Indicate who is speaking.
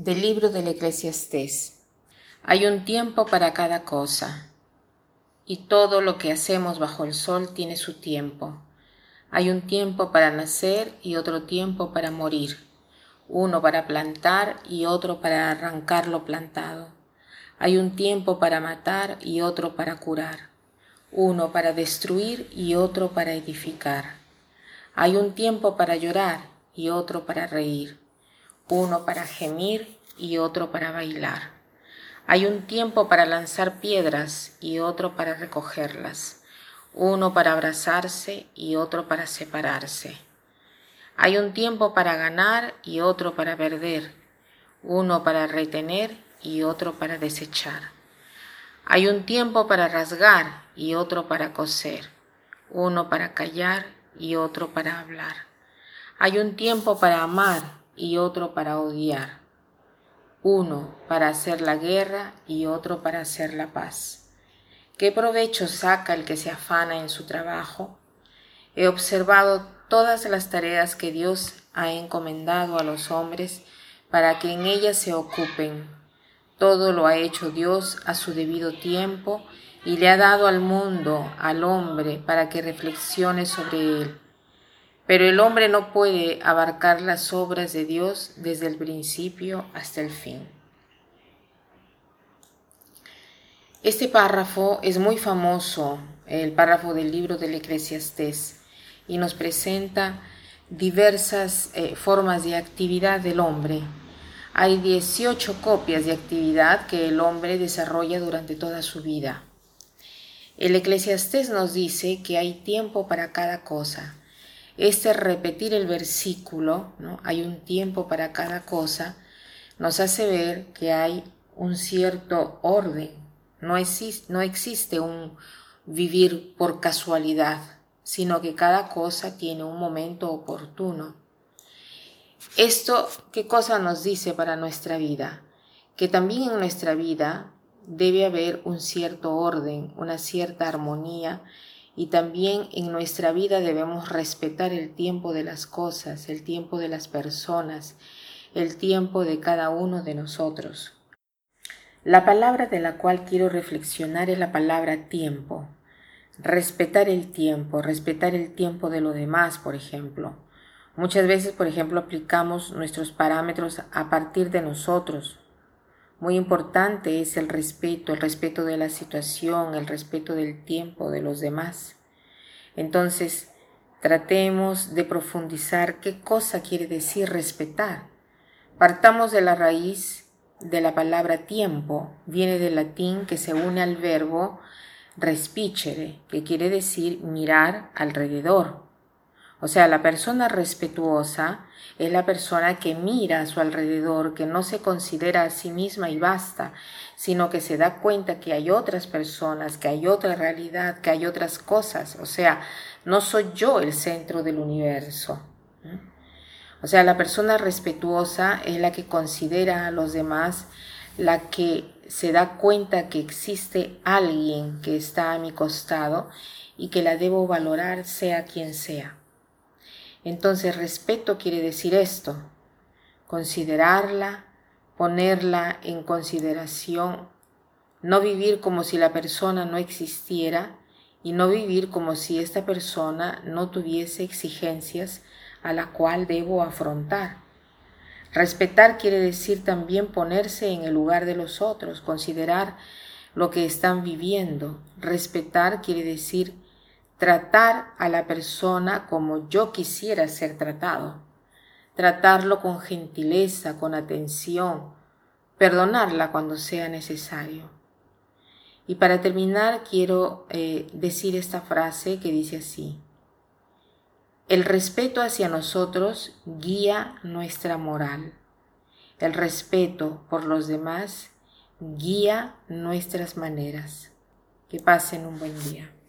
Speaker 1: Del libro del Eclesiastés. Hay un tiempo para cada cosa, y todo lo que hacemos bajo el sol tiene su tiempo. Hay un tiempo para nacer y otro tiempo para morir, uno para plantar y otro para arrancar lo plantado. Hay un tiempo para matar y otro para curar, uno para destruir y otro para edificar. Hay un tiempo para llorar y otro para reír, uno para gemir y otro para bailar. Hay un tiempo para lanzar piedras y otro para recogerlas, uno para abrazarse y otro para separarse. Hay un tiempo para ganar y otro para perder, uno para retener y otro para desechar. Hay un tiempo para rasgar y otro para coser, uno para callar y otro para hablar. Hay un tiempo para amar y otro para odiar, uno para hacer la guerra y otro para hacer la paz. ¿Qué provecho saca el que se afana en su trabajo? He observado todas las tareas que Dios ha encomendado a los hombres para que en ellas se ocupen. Todo lo ha hecho Dios a su debido tiempo y le ha dado al mundo, al hombre, para que reflexione sobre él. Pero el hombre no puede abarcar las obras de Dios desde el principio hasta el fin. Este párrafo es muy famoso, el párrafo del libro del Eclesiastés, y nos presenta diversas formas de actividad del hombre. Hay 18 copias de actividad que el hombre desarrolla durante toda su vida. El Eclesiastés nos dice que hay tiempo para cada cosa. Repetir el versículo, ¿no? Hay un tiempo para cada cosa, nos hace ver que hay un cierto orden. No existe un vivir por casualidad, sino que cada cosa tiene un momento oportuno. Esto, ¿qué cosa nos dice para nuestra vida? Que también en nuestra vida debe haber un cierto orden, una cierta armonía, y también en nuestra vida debemos respetar el tiempo de las cosas, el tiempo de las personas, el tiempo de cada uno de nosotros. La palabra de la cual quiero reflexionar es la palabra tiempo. Respetar el tiempo de lo demás, por ejemplo. Muchas veces, por ejemplo, aplicamos nuestros parámetros a partir de nosotros. Muy importante es el respeto de la situación, el respeto del tiempo de los demás. Entonces, tratemos de profundizar qué cosa quiere decir respetar. Partamos de la raíz de la palabra tiempo, viene del latín que se une al verbo respicere, que quiere decir mirar alrededor. O sea, la persona respetuosa es la persona que mira a su alrededor, que no se considera a sí misma y basta, sino que se da cuenta que hay otras personas, que hay otra realidad, que hay otras cosas. O sea, no soy yo el centro del universo. O sea, la persona respetuosa es la que considera a los demás, la que se da cuenta que existe alguien que está a mi costado y que la debo valorar sea quien sea. Entonces, respeto quiere decir esto, considerarla, ponerla en consideración, no vivir como si la persona no existiera y no vivir como si esta persona no tuviese exigencias a la cual debo afrontar. Respetar quiere decir también ponerse en el lugar de los otros, considerar lo que están viviendo. Respetar quiere decir tratar a la persona como yo quisiera ser tratado, tratarlo con gentileza, con atención, perdonarla cuando sea necesario. Y para terminar quiero decir esta frase que dice así: el respeto hacia nosotros guía nuestra moral. El respeto por los demás guía nuestras maneras. Que pasen un buen día.